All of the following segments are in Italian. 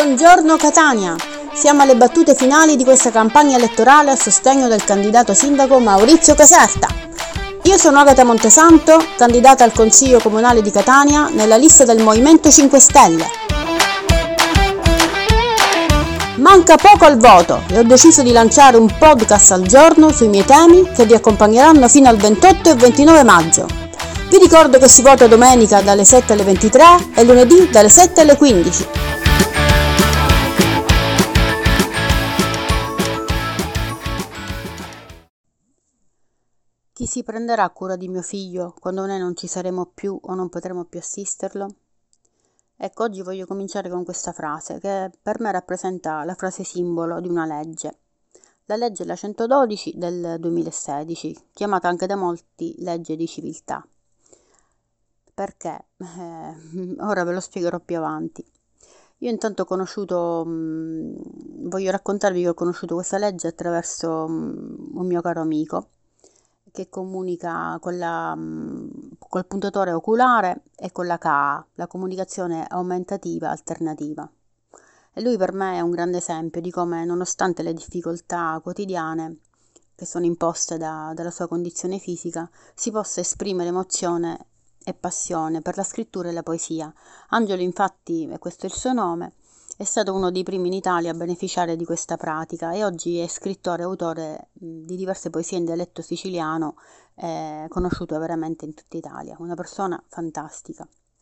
Buongiorno Catania! Siamo alle battute finali di questa campagna elettorale a sostegno del candidato sindaco Maurizio Caserta. Io sono Agata Montesanto, candidata al Consiglio Comunale di Catania nella lista del Movimento 5 Stelle. Manca poco al voto e ho deciso di lanciare un podcast al giorno sui miei temi che vi accompagneranno fino al 28 e 29 maggio. Vi ricordo che si vota domenica dalle 7 alle 23 e lunedì dalle 7 alle 15. Chi si prenderà cura di mio figlio quando noi non ci saremo più o non potremo più assisterlo? Ecco, oggi voglio cominciare con questa frase che per me rappresenta la frase simbolo di una legge. La legge è la 112 del 2016, chiamata anche da molti legge di civiltà. Perché? Ora ve lo spiegherò più avanti. Io intanto voglio raccontarvi che ho conosciuto questa legge attraverso un mio caro amico che comunica col puntatore oculare e con la CAA, la comunicazione aumentativa alternativa. E lui per me è un grande esempio di come, nonostante le difficoltà quotidiane che sono imposte dalla sua condizione fisica, si possa esprimere emozione e passione per la scrittura e la poesia. Angelo, infatti, e questo è il suo nome, è stato uno dei primi in Italia a beneficiare di questa pratica e oggi è scrittore e autore di diverse poesie in dialetto siciliano, conosciuto veramente in tutta Italia, una persona fantastica.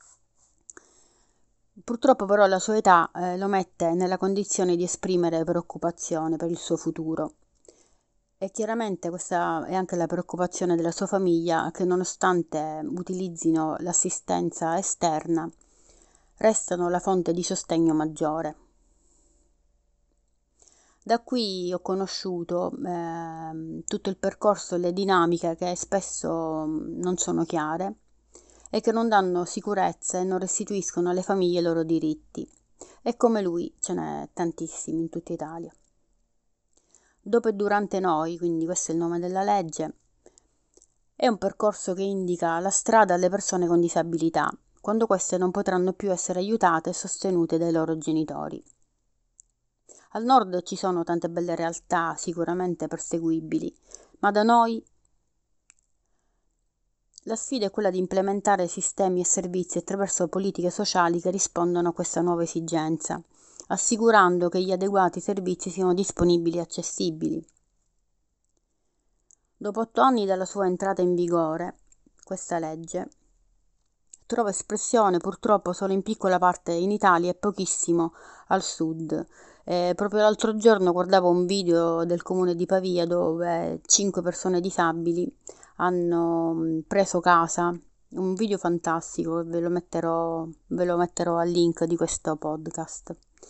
Purtroppo però la sua età lo mette nella condizione di esprimere preoccupazione per il suo futuro. E chiaramente questa è anche la preoccupazione della sua famiglia, che nonostante utilizzino l'assistenza esterna, restano la fonte di sostegno maggiore. Da qui ho conosciuto tutto il percorso e le dinamiche che spesso non sono chiare e che non danno sicurezza e non restituiscono alle famiglie i loro diritti. E come lui ce n'è tantissimi in tutta Italia. Dopo e durante noi, quindi questo è il nome della legge, è un percorso che indica la strada alle persone con disabilità, quando queste non potranno più essere aiutate e sostenute dai loro genitori. Al nord ci sono tante belle realtà sicuramente perseguibili, ma da noi la sfida è quella di implementare sistemi e servizi attraverso politiche sociali che rispondano a questa nuova esigenza, assicurando che gli adeguati servizi siano disponibili e accessibili. Dopo 8 anni dalla sua entrata in vigore, questa legge trova espressione purtroppo solo in piccola parte in Italia e pochissimo al sud. Proprio l'altro giorno guardavo un video del comune di Pavia dove 5 persone disabili hanno preso casa, un video fantastico, ve lo metterò al link di questo podcast.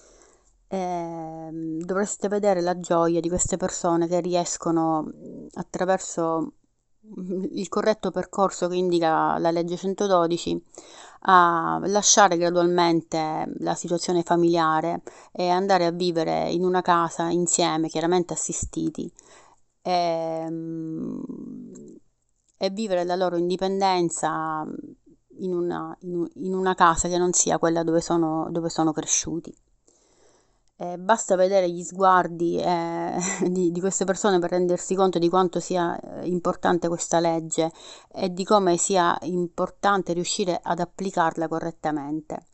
Dovreste vedere la gioia di queste persone che riescono, attraverso il corretto percorso che indica la legge 112, a lasciare gradualmente la situazione familiare e andare a vivere in una casa insieme, chiaramente assistiti, e vivere la loro indipendenza in una casa che non sia quella dove sono cresciuti. Basta vedere gli sguardi di queste persone per rendersi conto di quanto sia importante questa legge e di come sia importante riuscire ad applicarla correttamente.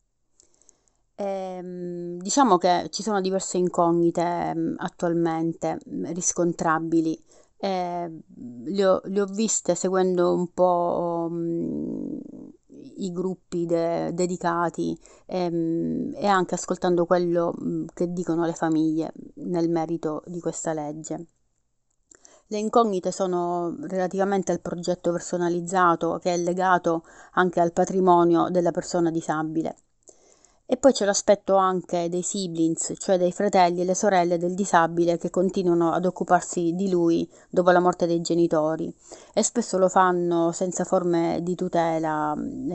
Diciamo che ci sono diverse incognite attualmente riscontrabili. Le ho viste seguendo un po' i gruppi dedicati e anche ascoltando quello che dicono le famiglie nel merito di questa legge. Le incognite sono relativamente al progetto personalizzato che è legato anche al patrimonio della persona disabile. E poi c'è l'aspetto anche dei siblings, cioè dei fratelli e le sorelle del disabile che continuano ad occuparsi di lui dopo la morte dei genitori e spesso lo fanno senza forme di tutela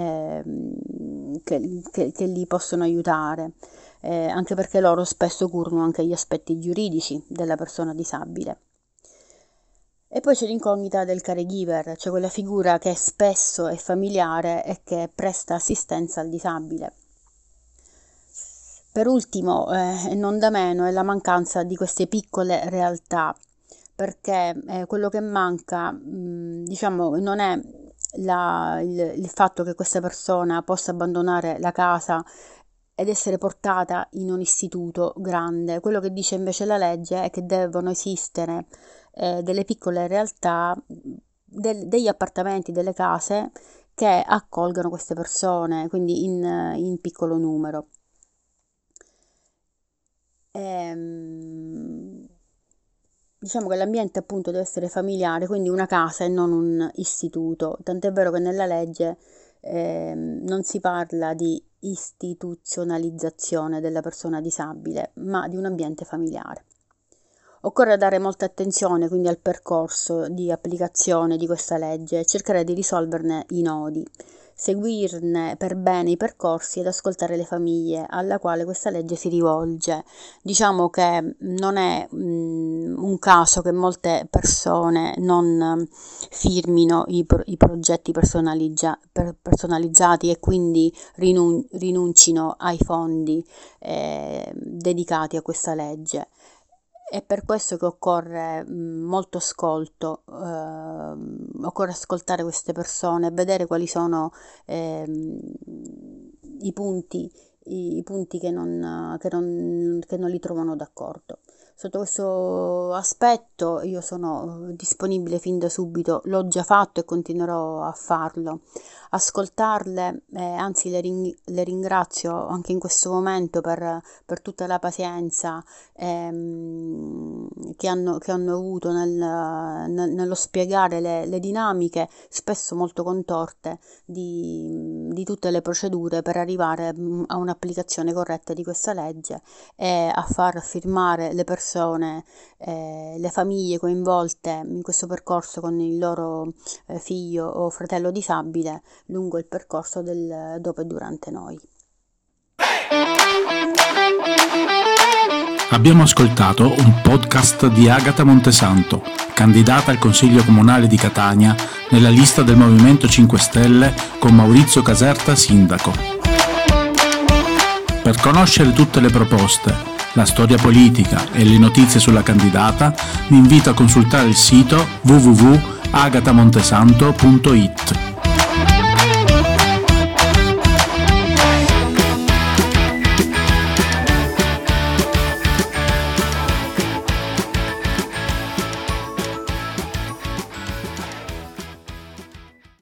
che li possono aiutare, anche perché loro spesso curano anche gli aspetti giuridici della persona disabile. E poi c'è l'incognita del caregiver, cioè quella figura che spesso è familiare e che presta assistenza al disabile. Per ultimo, e non da meno, è la mancanza di queste piccole realtà, perché quello che manca, diciamo, non è il fatto che questa persona possa abbandonare la casa ed essere portata in un istituto grande. Quello che dice invece la legge è che devono esistere delle piccole realtà, degli appartamenti, delle case che accolgano queste persone, quindi in piccolo numero. Diciamo che l'ambiente appunto deve essere familiare, quindi una casa e non un istituto, tant'è vero che nella legge non si parla di istituzionalizzazione della persona disabile, ma di un ambiente familiare. Occorre dare molta attenzione quindi al percorso di applicazione di questa legge e cercare di risolverne i nodi, seguirne per bene i percorsi ed ascoltare le famiglie alla quale questa legge si rivolge. Diciamo che non è un caso che molte persone non firmino i progetti personalizzati e quindi rinuncino ai fondi dedicati a questa legge. È per questo che occorre molto ascolto, occorre ascoltare queste persone, vedere quali sono i punti che non li trovano d'accordo. Sotto questo aspetto io sono disponibile fin da subito, l'ho già fatto e continuerò a farlo. Ascoltarle, anzi le ringrazio anche in questo momento per tutta la pazienza che hanno avuto nello spiegare le dinamiche, spesso molto contorte, di tutte le procedure per arrivare a un'applicazione corretta di questa legge e a far firmare le persone, le famiglie coinvolte in questo percorso con il loro figlio o fratello disabile lungo il percorso del dopo e durante noi. Abbiamo ascoltato un podcast di Agata Montesanto, candidata al Consiglio Comunale di Catania nella lista del Movimento 5 Stelle con Maurizio Caserta sindaco. Per conoscere tutte le proposte, la storia politica e le notizie sulla candidata, vi invito a consultare il sito www.agatamontesanto.it.